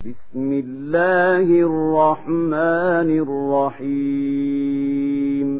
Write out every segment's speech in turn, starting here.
بسم الله الرحمن الرحيم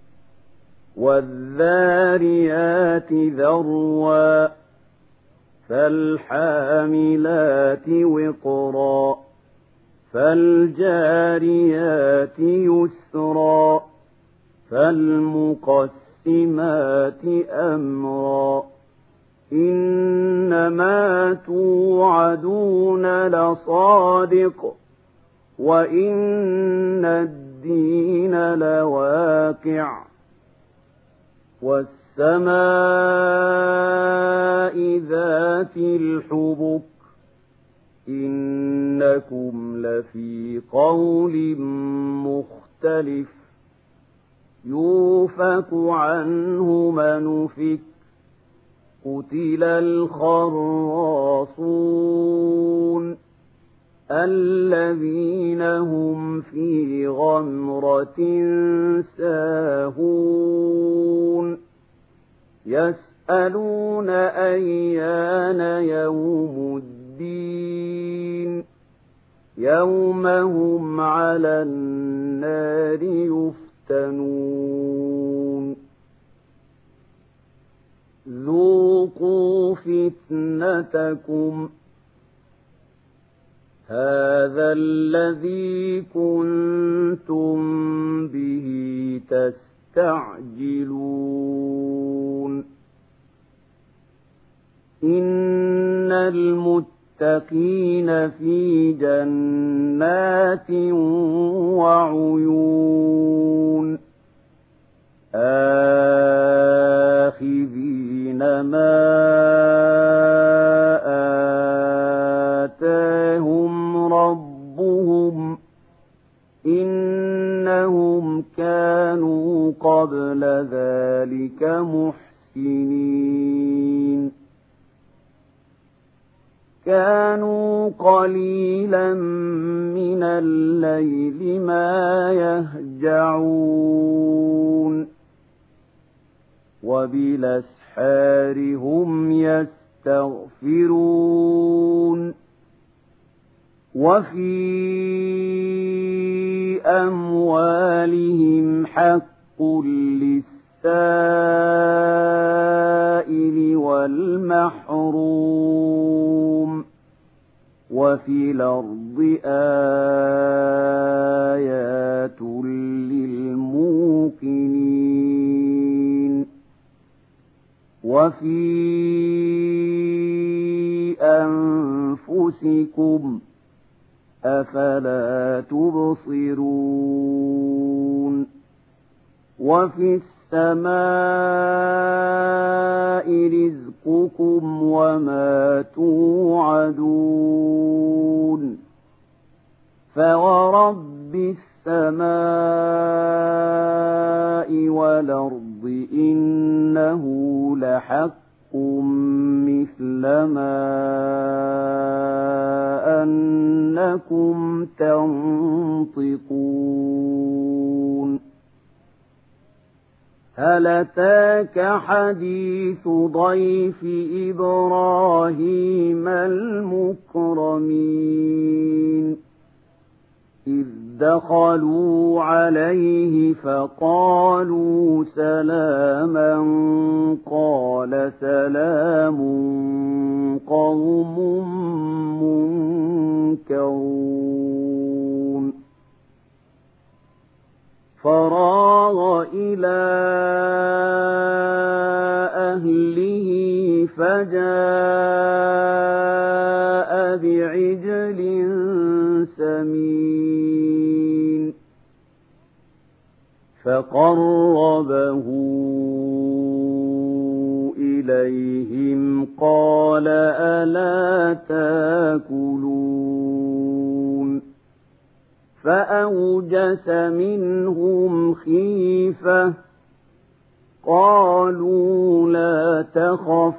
والذاريات ذروا فالحاملات وقرا فالجاريات يسرا فالمقسمات أمرا إنما توعدون لصادق وإن الدين لواقع والسماء ذات الحبك إنكم لفي قول مختلف يوفك عنه من أفك قتل الخراصون الذين هم في غمرة ساهون يسألون أيان يوم الدين يوم هم على النار يفتنون ذوقوا فتنتكم هذا الذي كنتم به تستعجلون إن المتقين في جنات وعيون آخذين ما آتاهم ربهم إنهم كانوا قبل ذلك محسنين كانوا قليلا من الليل ما يهجعون وبالأسحار هم يستغفرون وفي أموالهم حق للسائل والمحروم وفي الأرض آيات للموقنين وفي أنفسكم أفلا تبصرون وفي السماء رزقكم وما توعدون فورب السماء والأرض إنه لحق مثل ما أنكم تنطقون هل أتاك حديث ضيف إبراهيم المكرمين إذ دخلوا عليه فقالوا سلاما قال سلام قوم منكرون فراغ إلى أهله فجاء بعجل سمين فقربه إليهم قال ألا تاكلون فأوجس منهم خيفة قالوا لا تخف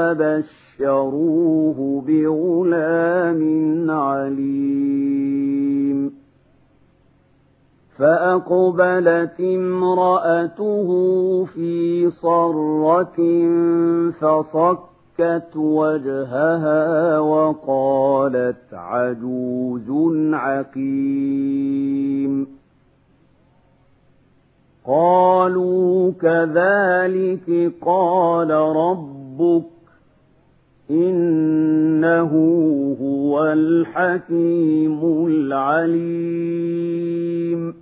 وبشروه بغلام عليم فأقبلت امرأته في صرة فصكت فَصَكَّتْ وَجْهَهَا وَقَالَتْ عَجُوزٌ عَقِيمٌ قَالُوا كَذَلِكِ قَالَ رَبُّكِ إِنَّهُ هُوَ الْحَكِيمُ الْعَلِيمُ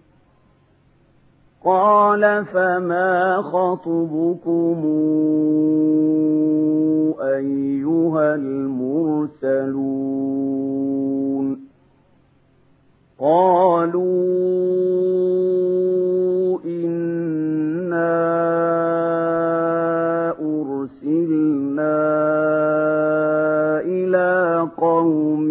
قَالَ فَمَا خَطْبُكُمْ أَيُّهَا الْمُرْسَلُونَ قَالُوا إِنَّا أُرْسِلْنَا إِلَى قَوْمٍ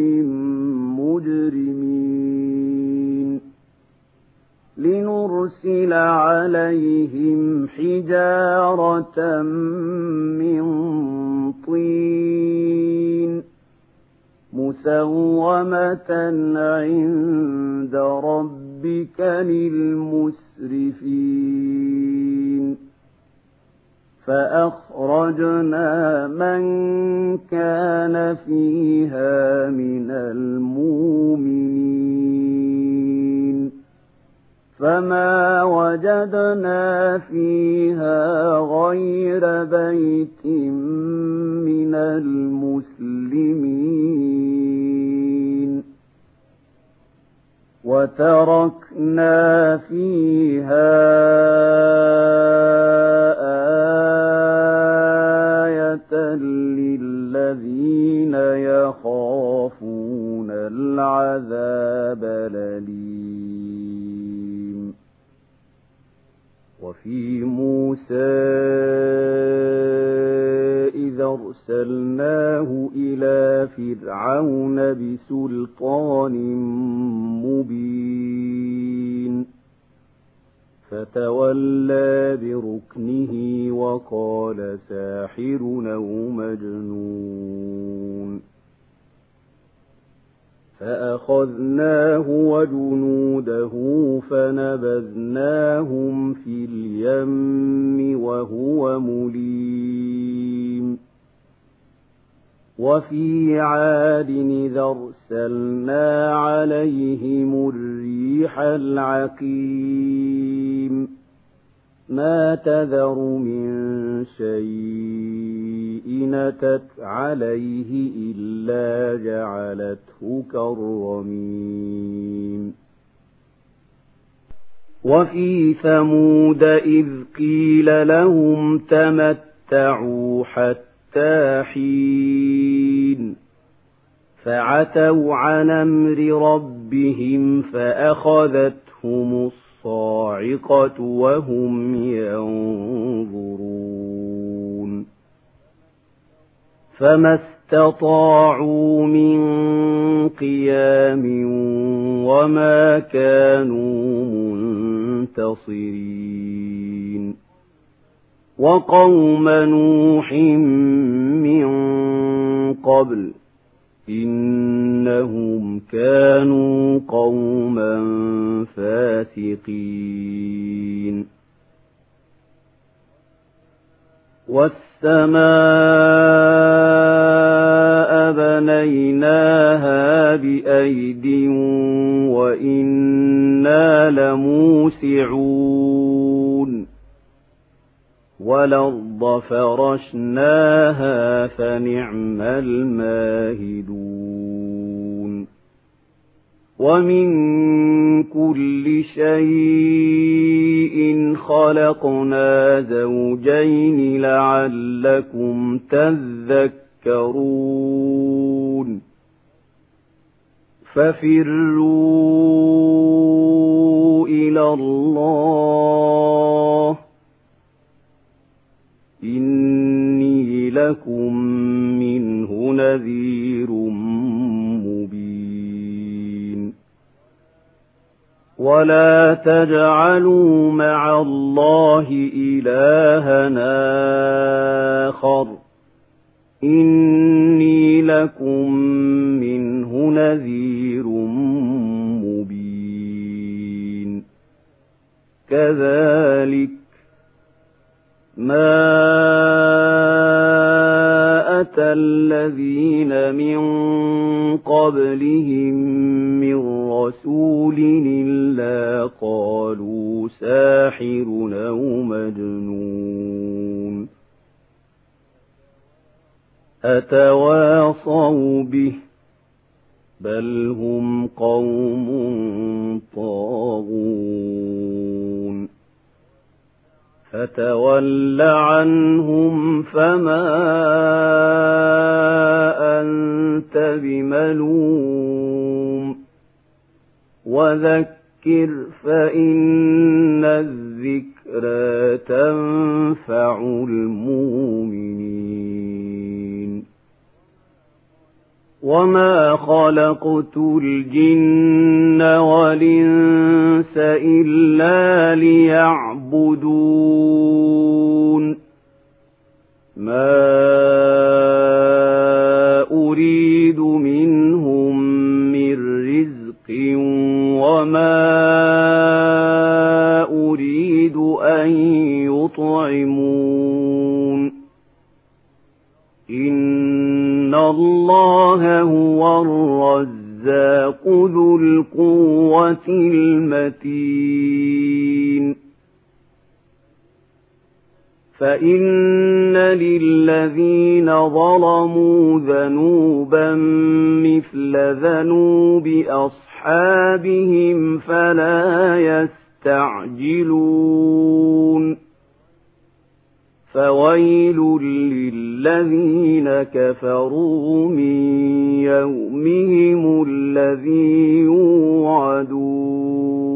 مُجْرِمِينَ لِنُرْسِلَ عَلَيْهِمْ حِجَارَةً مِّن طِينٍ مُّسَوَّمَةً عِندَ رَبِّكَ لِلْمُسْرِفِينَ فَأَخْرَجْنَا مَن كَانَ فِيهَا مِنَ الْمُؤْمِنِينَ فَمَا وَجَدْنَا فِيهَا غَيْرَ بَيْتٍ مِّنَ الْمُسْلِمِينَ وَتَرَكْنَا فِيهَا آيَةً لِّلَّذِينَ يَخَافُونَ الْعَذَابَ الْأَلِيمَ وَفِي مُوسَىٰ إِذْ أَرْسَلْنَاهُ إِلَىٰ فِرْعَوْنَ بِسُلْطَانٍ مُّبِينٍ فَتَوَلَّىٰ بِرُكْنِهِ وَقَالَ سَاحِرٌ أَوْ مَجْنُونٌ فَأَخَذْنَاهُ وَجُنُودَهُ فَنَبَذْنَاهُمْ فِي الْيَمِّ وَهُوَ مُلِيمٌ وَفِي عَادٍ إِذْ أَرْسَلْنَا عَلَيْهِمُ الرِّيحَ الْعَقِيمَ مَا تَذَرُ مِن شَيْءٍ أَتَتْ عَلَيْهِ إِلَّا جَعَلَتْهُ كَالرَّمِيمِ وَفِي ثَمُودَ إِذْ قِيلَ لَهُمْ تَمَتَّعُوا حَتَّىٰ حِينٍ فَعَتَوْا عَنْ أَمْرِ رَبِّهِمْ فَأَخَذَتْهُمُ الصَّاعِقَةُ وَهُمْ يَنظُرُونَ فَمَا اسْتَطَاعُوا مِنْ قِيَامٍ وَمَا كَانُوا مُنتَصِرِينَ وَقَوْمَ نُوحٍ مِّن قَبْلُ إِنَّهُمْ كَانُوا قَوْمًا فَاسِقِينَ وَالسَّمَاءَ بَنَيْنَاهَا بِأَيْدٍ وَإِنَّا لَمُوسِعُونَ وَالْأَرْضَ فَرَشْنَاهَا فَنِعْمَ الْمَاهِدُونَ وَمِن كُلِّ شَيْءٍ خَلَقْنَا زَوْجَيْنِ لَعَلَّكُمْ تَذَكَّرُونَ فَفِرُّوا إِلَى اللَّهِ إِنِّي لَكُمْ مِنْهُ نَذِيرٌ مُبِينٌ وَلَا تَجْعَلُوا مَعَ اللَّهِ إِلَٰهًا آخَرَ إِنِّي لَكُمْ مِنْهُ نَذِيرٌ مُبِينٌ كَذَلِكَ مَا أَتَى الَّذِينَ مِن قَبْلِهِم مِّن رَّسُولٍ إِلَّا قَالُوا سَاحِرٌ أَوْ مَجْنُونٌ أَتَوَاصَوْا بِهِ بَلْ هُمْ قَوْمٌ طَاغُونَ فَتَوَلَّ عَنْهُمْ فَمَا أَنتَ بِمَلُومٍ وَذَكِّرْ فَإِنَّ الذِّكْرَىٰ تَنفَعُ الْمُؤْمِنِينَ وَمَا خَلَقْتُ الْجِنَّ وَالْإِنسَ إِلَّا لِيَعْبُدُونِ مَا أُرِيدُ مِنْهُم مِّن رِّزْقٍ وَمَا أُرِيدُ أَن يُطْعِمُونِ إِنَّ اللَّهَ هُوَ الرَّزَّاقُ ذُو الْقُوَّةِ الْمَتِينُ فَإِنَّ لِلَّذِينَ ظَلَمُوا ذَنُوبًا مِثْلَ ذَنُوبِ أَصْحَابِهِمْ فَلَا يَسْتَعْجِلُونِ فَوَيْلٌ لِّلَّذِينَ كَفَرُوا مِن يَوْمِهِمُ الَّذِي يُوعَدُونَ